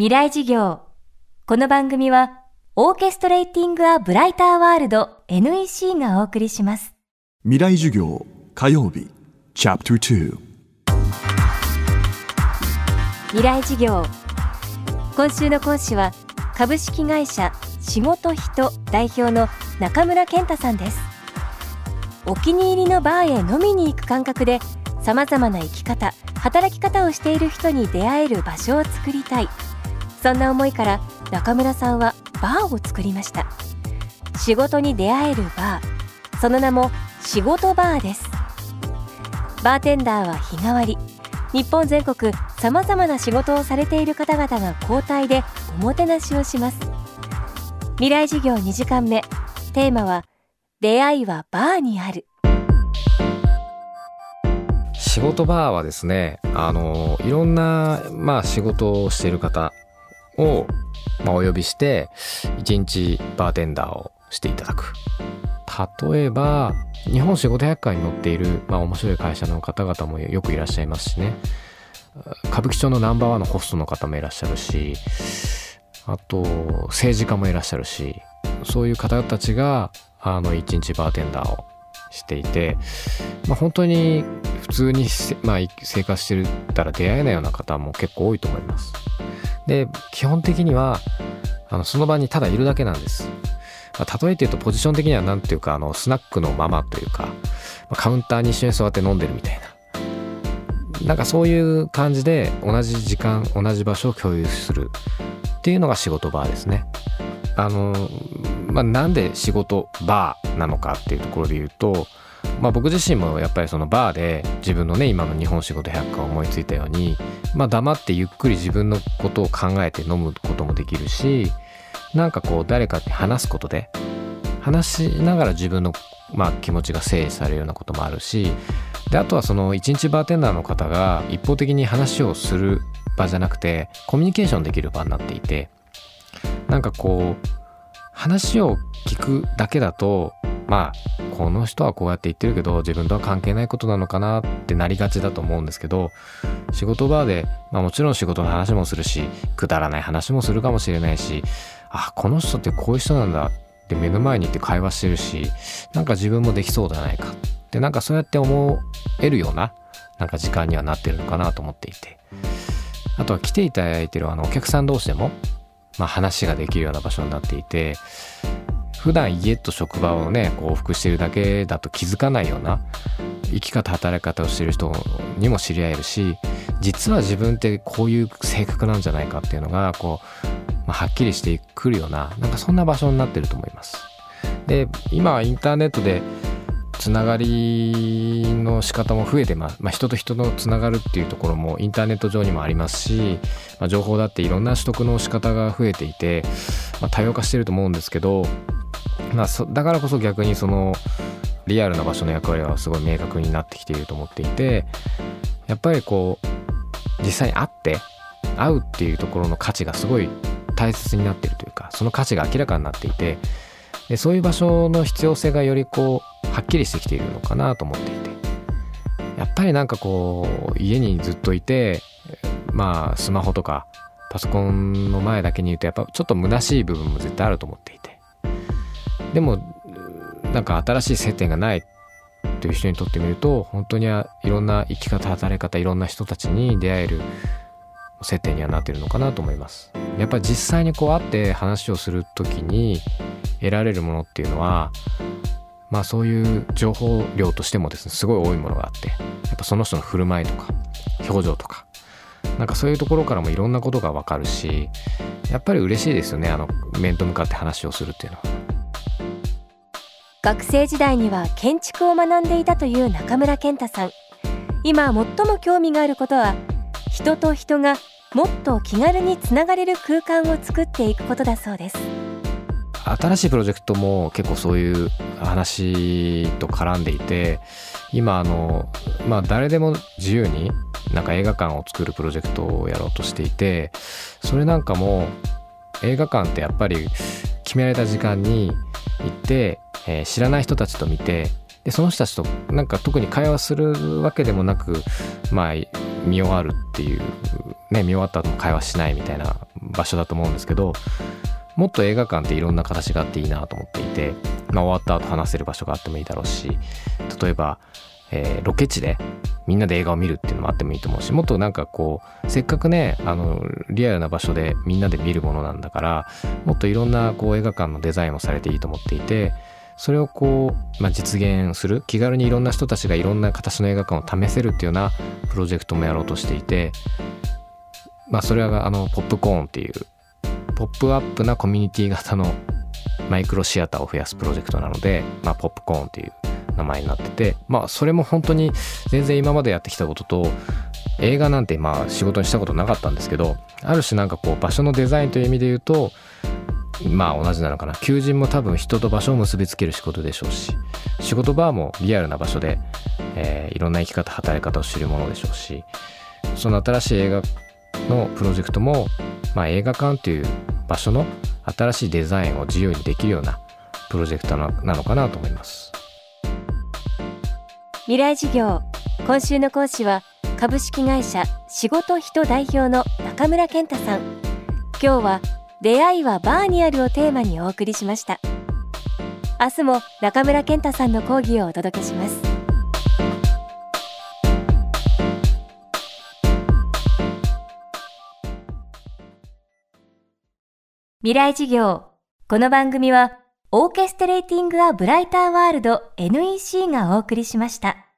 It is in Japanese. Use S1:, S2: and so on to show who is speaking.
S1: 未来事業。この番組はオーケストレーティング・ア・ブライター・ワールド NEC がお送りします。
S2: 未来授業火曜日チャプター2。
S1: 未来事業。今週の講師は株式会社仕事人代表の中村健太さんです。お気に入りのバーへ飲みに行く感覚でさまざまな生き方、働き方をしている人に出会える場所を作りたい。そんな思いから中村さんはバーを作りました。仕事に出会えるバー、その名も仕事バーです。バーテンダーは日替わり、日本全国さまざまな仕事をされている方々が交代でおもてなしをします。未来事業2時間目、テーマは出会いはバーにある。
S3: 仕事バーはですね、いろんな、仕事をしている方を、お呼びして1日バーテンダーをしていただく。例えば日本仕事百科に載っている、面白い会社の方々もよくいらっしゃいますしね、歌舞伎町のナンバーワンのホストの方もいらっしゃるし、あと政治家もいらっしゃるし、そういう方たちが1日バーテンダーをしていて、本当に普通に生活してたら出会えないような方も結構多いと思います。で、基本的にはその場にただいるだけなんです。例えて言うとポジション的にはなんていうかスナックのママというか、カウンターに一緒に座って飲んでるみたいな、なんかそういう感じで同じ時間同じ場所を共有するっていうのが仕事バーですね。なんで仕事バーなのかっていうところで言うと、僕自身もやっぱりそのバーで自分のね、今の日本仕事百科を思いついたように、黙ってゆっくり自分のことを考えて飲むこともできるし、なんか誰かに話すことで話しながら自分の気持ちが整理されるようなこともあるし、であとはその一日バーテンダーの方が一方的に話をする場じゃなくてコミュニケーションできる場になっていて、なんか話を聞くだけだとこの人はこうやって言ってるけど自分とは関係ないことなのかなってなりがちだと思うんですけど、仕事場で、もちろん仕事の話もするし、くだらない話もするかもしれないし、この人ってこういう人なんだって目の前にいて会話してるし、なんか自分もできそうじゃないかって、なんかそうやって思えるようななんか時間にはなってるのかなと思っていて、あとは来ていただいているお客さん同士でも話ができるような場所になっていて、普段家と職場をね往復してるだけだと気づかないような生き方働き方をしてる人にも知り合えるし、実は自分ってこういう性格なんじゃないかっていうのがはっきりしてくるような、なんかそんな場所になってると思います。で、今はインターネットでつながりの仕方も増えて人と人のつながるっていうところもインターネット上にもありますし、情報だっていろんな取得の仕方が増えていて、多様化してると思うんですけど、だからこそ逆にそのリアルな場所の役割はすごい明確になってきていると思っていて、やっぱり実際に会うっていうところの価値がすごい大切になっているというか、その価値が明らかになっていて、でそういう場所の必要性がよりはっきりしてきているのかなと思っていて、やっぱりなんか家にずっといてスマホとかパソコンの前だけにいるとやっぱちょっと虚しい部分も絶対あると思っていて、でもなんか新しい接点がないという人にとってみると、本当にいろんな生き方働き方いろんな人たちに出会える接点にはなっているのかなと思います。やっぱり実際に会って話をするときに得られるものっていうのはそういう情報量としてもですね、すごい多いものがあって、やっぱその人の振る舞いとか表情とか、なんかそういうところからもいろんなことがわかるし、やっぱり嬉しいですよね、面と向かって話をするっていうのは。
S1: 学生時代には建築を学んでいたという中村健太さん。今最も興味があることは、人と人がもっと気軽につながれる空間を作っていくことだそうです。
S3: 新しいプロジェクトも結構そういう話と絡んでいて、今誰でも自由になんか映画館を作るプロジェクトをやろうとしていて、それなんかも映画館ってやっぱり決められた時間に行って、知らない人たちと見て、でその人たちとなんか特に会話するわけでもなく、 見終わるっていうね、見終わった後も会話しないみたいな場所だと思うんですけど、もっと映画館っていろんな形があっていいなと思っていて、終わった後話せる場所があってもいいだろうし、例えば、ロケ地でみんなで映画を見るっていうのもあってもいいと思うし、もっとなんかこうせっかくねリアルな場所でみんなで見るものなんだから、もっといろんなこう映画館のデザインもされていいと思っていて、それをこう、実現する、気軽にいろんな人たちがいろんな形の映画館を試せるっていうようなプロジェクトもやろうとしていて、それはポップコーンっていうポップアップなコミュニティ型のマイクロシアターを増やすプロジェクトなので、ポップコーンっていう名前になってて、それも本当に全然今までやってきたことと、映画なんて仕事にしたことなかったんですけど、ある種なんかこう場所のデザインという意味で言うと同じなのかな。求人も多分人と場所を結びつける仕事でしょうし、仕事場もリアルな場所で、いろんな生き方働き方を知るものでしょうし、その新しい映画のプロジェクトも、映画館という場所の新しいデザインを自由にできるようなプロジェクトなのかなと思います。
S1: 未来事業、今週の講師は株式会社仕事人代表の中村健太さん。今日は出会いはバーにあるをテーマにお送りしました。明日も中村健太さんの講義をお届けします。未来事業、この番組はオーケストレーティング・ア・ブライター・ワールド NEC がお送りしました。